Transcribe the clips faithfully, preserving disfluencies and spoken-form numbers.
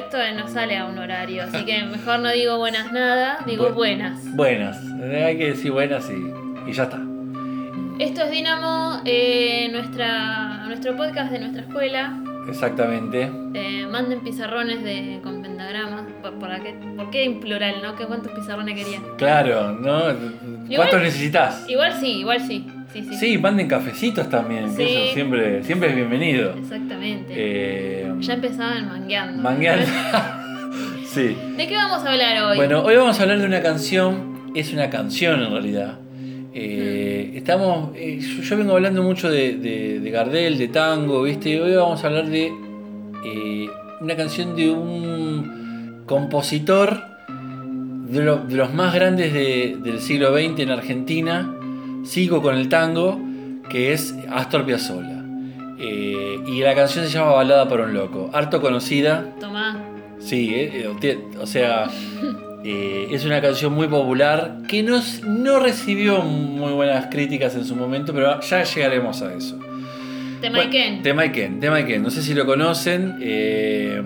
esto no sale a un horario, así que mejor no digo buenas nada, digo Bu- buenas. Buenas, hay que decir buenas y, y ya está. Esto es Dinamo, eh, nuestra, nuestro podcast de nuestra escuela. Exactamente. Eh, manden pizarrones de, con pentagramas. ¿Por, por, qué, ¿Por qué en plural, no? ¿Qué, ¿Cuántos pizarrones querían? Claro, ¿no? Igual- ¿Cuántos necesitas? Igual sí, igual sí. Sí, sí. Sí, manden cafecitos también, que Sí. eso siempre, siempre es bienvenido. Exactamente. Eh, Ya empezaban mangueando. mangueando. Sí. ¿De qué vamos a hablar hoy? Bueno, hoy vamos a hablar de una canción, es una canción en realidad. Eh, Hmm. Estamos, eh, yo, yo vengo hablando mucho de, de, de Gardel, de tango, ¿viste? Y hoy vamos a hablar de eh, una canción de un compositor de, lo, de los más grandes de, del siglo veinte en Argentina. Sigo con el tango, que es Astor Piazzolla. Eh, y la canción se llama Balada para un loco, harto conocida. Tomá. Sí, eh, eh, o sea, eh, es una canción muy popular que no, no recibió muy buenas críticas en su momento, pero ya llegaremos a eso. Temaiken. Temaiken, Temaiken, no sé si lo conocen, eh,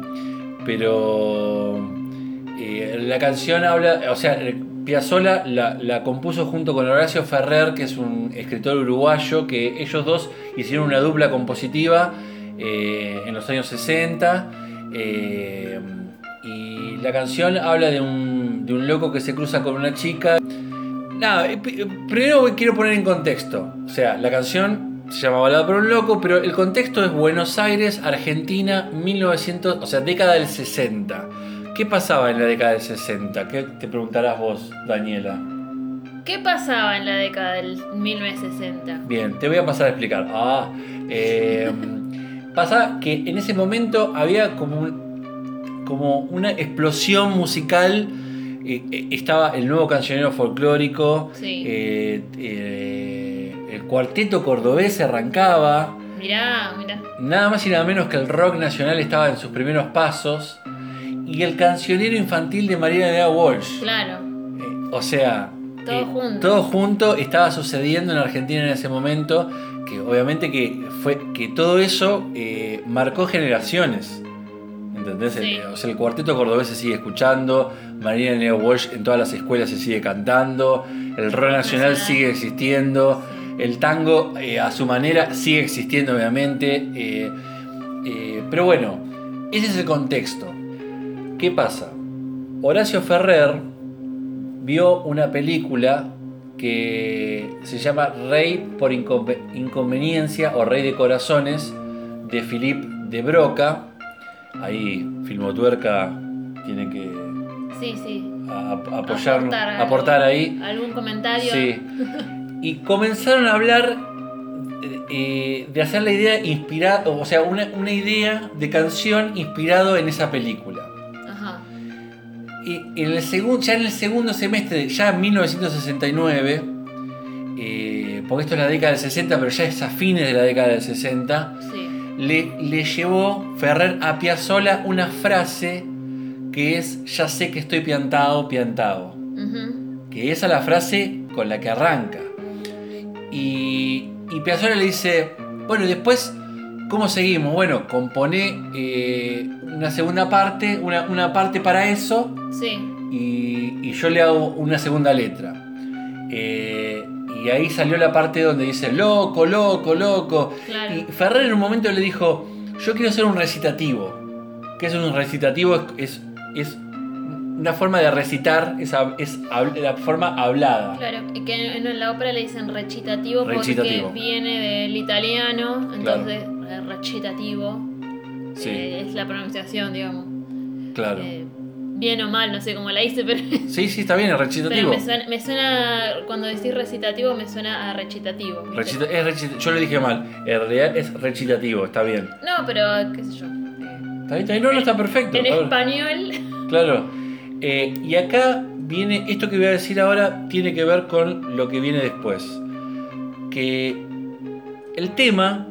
pero eh, la canción habla, o sea, Piazzolla la, la compuso junto con Horacio Ferrer, que es un escritor uruguayo, que ellos dos hicieron una dupla compositiva eh, en los años sesenta. Eh, y la canción habla de un, de un loco que se cruza con una chica. Nada, primero quiero poner en contexto. O sea, la canción se llama Balada por un loco, pero el contexto es Buenos Aires, Argentina, mil novecientos, o sea, década del sesenta. ¿Qué pasaba en la década del sesenta? ¿Qué te preguntarás vos, Daniela? ¿Qué pasaba en la década del mil novecientos sesenta? Bien, te voy a pasar a explicar. Ah, eh, pasa que en ese momento había como, un, como una explosión musical. Eh, estaba el nuevo cancionero folclórico. Sí. Eh, eh, el cuarteto cordobés se arrancaba. Mirá, mirá. Nada más y nada menos que el rock nacional estaba en sus primeros pasos. Y el cancionero infantil de María Elena Walsh. Claro. Eh, o sea, Todo eh, junto. todo junto estaba sucediendo en Argentina en ese momento. Que obviamente que fue que todo eso eh, marcó generaciones. ¿Entendés? Sí. El, o sea, el cuarteto cordobés se sigue escuchando. María Elena Walsh en todas las escuelas se sigue cantando. El rock nacional, Nacional. sigue existiendo. Sí. El tango eh, a su manera sigue existiendo, obviamente. Eh, eh, pero bueno, ese es el contexto. ¿Qué pasa? Horacio Ferrer vio una película que se llama Rey por Incon- Inconveniencia o Rey de Corazones de Philippe de Broca. Ahí Filmotuerca tiene que Sí, sí. a- a- apoyarnos, Aportar algo. aportar ahí. ¿Algún comentario? Sí. Y comenzaron a hablar eh, de hacer la idea inspirada, o sea, una, una idea de canción inspirado en esa película. Ajá. Y en el segun, ya en el segundo semestre, ya en mil novecientos sesenta y nueve, eh, porque esto es la década del sesenta, pero ya es a fines de la década del sesenta, Sí. le, le llevó Ferrer a Piazzolla una frase que es: ya sé que estoy piantado, piantado. Ujú. Que esa es la frase con la que arranca. Y, y Piazzolla le dice: bueno, y después, ¿cómo seguimos? Bueno, componé eh, una segunda parte, una, una parte para eso, Sí. y, y yo le hago una segunda letra. Eh, y ahí salió la parte donde dice loco, loco, loco. Claro. Y Ferrer en un momento le dijo: yo quiero hacer un recitativo. ¿Qué es un recitativo? Es, es, es una forma de recitar, es, hab- es hab- la forma hablada. Claro, y que en la ópera le dicen recitativo, Recitativo. porque viene del italiano, entonces eh, recitativo Sí. eh, es la pronunciación, digamos. Claro. Eh, bien o mal, no sé cómo la hice, pero, Sí, sí, está bien, es pero recitativo. me, suena, me suena, cuando decís recitativo, me suena a recitativo. ¿viste? Recita- es recita- yo lo dije mal, en realidad es recitativo, está bien. No, pero qué sé yo. eh, Está bien, está bien, no, no está perfecto. En A ver. español. Claro. Eh, y acá viene, esto que voy a decir ahora tiene que ver con lo que viene después. Que el tema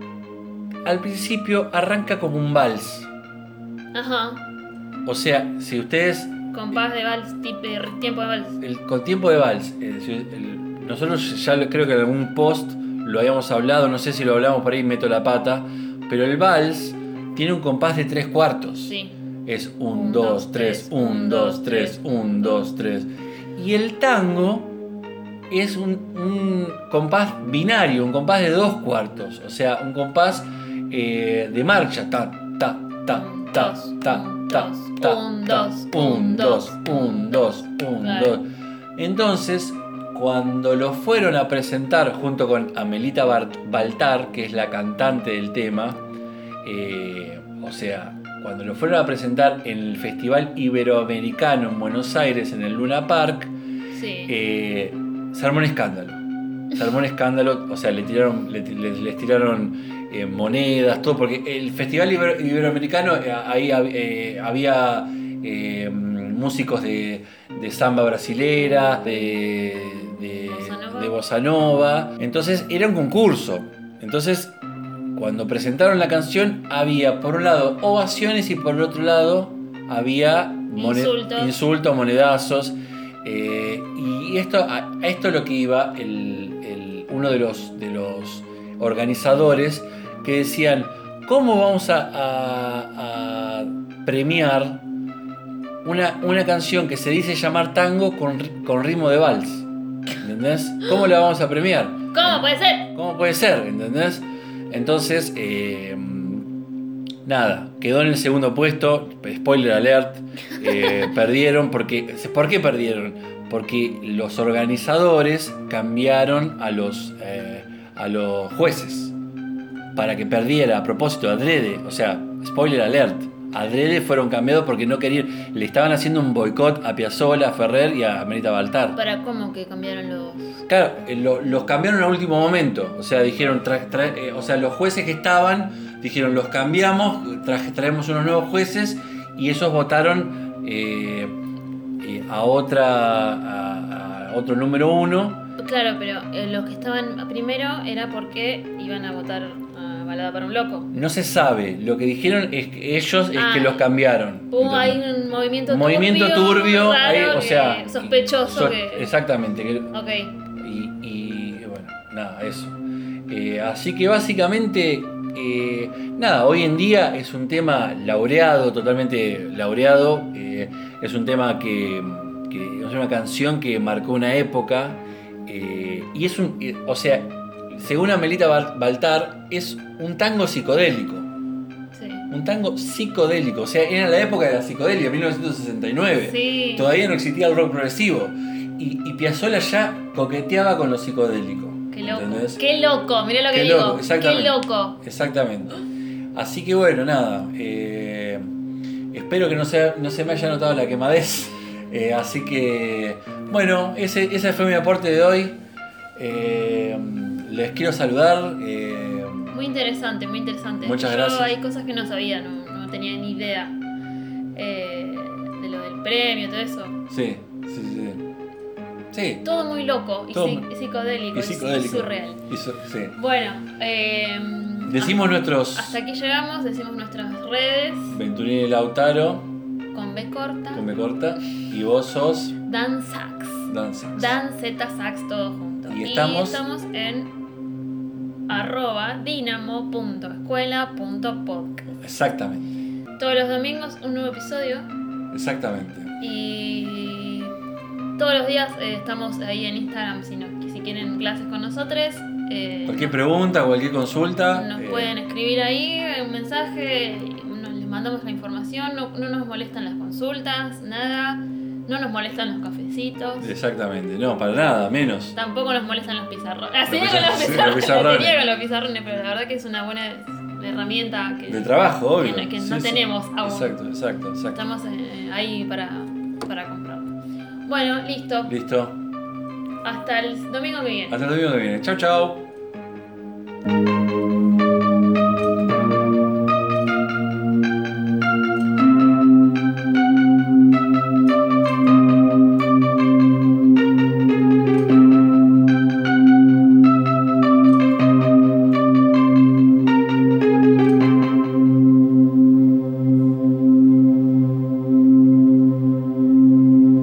al principio arranca como un vals. Ajá. O sea, si ustedes, Compás de vals, tip- eh, tiempo de vals. el, con tiempo de vals, eh, si- el- nosotros ya lo- creo que en algún post lo habíamos hablado, no sé si lo hablamos por ahí, meto la pata, pero el vals tiene un compás de tres cuartos. Sí. Es un, dos, tres, un, dos, tres, un, dos, tres. Y el tango es un, un compás binario, un compás de dos cuartos. O sea, un compás eh, de marcha. Ta, ta, ta, ta, ta, ta, ta, un, ta, dos, un, dos, un, dos, un, dos. Entonces, cuando lo fueron a presentar junto con Amelita Baltar, que es la cantante del tema, eh, o sea, cuando lo fueron a presentar en el Festival Iberoamericano en Buenos Aires, en el Luna Park, sí. eh, se armó un escándalo. Se armó un escándalo, o sea, le tiraron, le, le, les tiraron eh, monedas, todo, porque el Festival Ibero, Iberoamericano, eh, ahí eh, había eh, músicos de, de samba brasilera, de, de, de bossa nova, entonces era un concurso. Entonces, cuando presentaron la canción, había por un lado ovaciones y por el otro lado había moned- insultos, insultos monedazos. Eh, y esto, a, a esto es lo que iba el, el, uno de los, de los organizadores, que decían: ¿cómo vamos a, a, a premiar una, una canción que se dice llamar tango con, con ritmo de vals? ¿Entendés? ¿Cómo la vamos a premiar? ¿Cómo puede ser? ¿Cómo puede ser? ¿Entendés? Entonces, eh, nada, quedó en el segundo puesto. Spoiler alert. Eh, perdieron porque... ¿Por qué perdieron? Porque los organizadores cambiaron a los, eh, a los jueces para que perdiera, a propósito, adrede. O sea, spoiler alert. Adrede fueron cambiados porque no querían... Le estaban haciendo un boicot a Piazzolla, a Ferrer y a Amelita Baltar. ¿Para cómo que cambiaron los...? Claro, lo, los cambiaron al último momento. O sea, dijeron... Tra, tra, eh, o sea, los jueces que estaban dijeron: los cambiamos, tra, traemos unos nuevos jueces, y esos votaron eh, eh, a otra a, a otro número uno. Claro, pero eh, los que estaban primero era porque iban a votar a Balada para un Loco. No se sabe. Lo que dijeron es que ellos es ah, que los cambiaron. Hubo ahí un movimiento un movimiento turbio, turbio raro, ahí, o sea, sospechoso. So, que... Exactamente. Que, okay. y, y bueno, nada, eso. Eh, así que básicamente, eh, nada, hoy en día es un tema laureado, totalmente laureado. Eh, es un tema que, que es una canción que marcó una época. Eh, y es un, eh, o sea, según Amelita Baltar, es un tango psicodélico. Sí. Un tango psicodélico. O sea, era la época de la psicodélica, mil novecientos sesenta y nueve. Sí. Todavía no existía el rock progresivo. Y, y Piazzolla ya coqueteaba con lo psicodélico. Qué loco. ¿Entendés? Qué loco, mirá lo que Qué digo. Loco, exactamente. Qué loco. Exactamente. Así que bueno, nada. Eh, espero que no se, no se me haya notado la quemadez. Eh, así que, bueno, ese, ese fue mi aporte de hoy. Eh, les quiero saludar. Eh, muy interesante, muy interesante. Muchas Yo gracias. Hay cosas que no sabía, no, no tenía ni idea eh, de lo del premio, todo eso. Sí, sí, sí. Sí. Todo muy loco y, Todo psic- y psicodélico, y psicodélico. y surreal. Y su, sí. Bueno, eh, decimos hasta, nuestros. Hasta aquí llegamos, decimos nuestras redes. Venturini Lautaro. Con B corta. Con B corta. Y vos sos. Dan Sax. Dan Sax. Dan Z Sax, todo junto. Y estamos, y estamos en arroba dinamo punto escuela punto podcast. Exactamente. Todos los domingos un nuevo episodio. Exactamente. Y todos los días eh, estamos ahí en Instagram si, no, si quieren clases con nosotros. Eh, cualquier pregunta, cualquier consulta. Nos eh, pueden escribir ahí un mensaje, nos, les mandamos la información, no, no nos molestan las consultas, nada, no nos molestan los cafecitos. Exactamente, no, para nada, menos. Tampoco nos molestan los pizarrones. Así Los con los pizar- sí, pizarrones, los pizarrones. tenía con los pizarrones, pero la verdad que es una buena herramienta que, De trabajo, obvio. que, que Sí, no sí. tenemos aún. Exacto, exacto, exacto. Estamos eh, ahí para, para comprarlo. Bueno, listo. Listo. Hasta el domingo que viene. Hasta el domingo que viene. Chau, chau.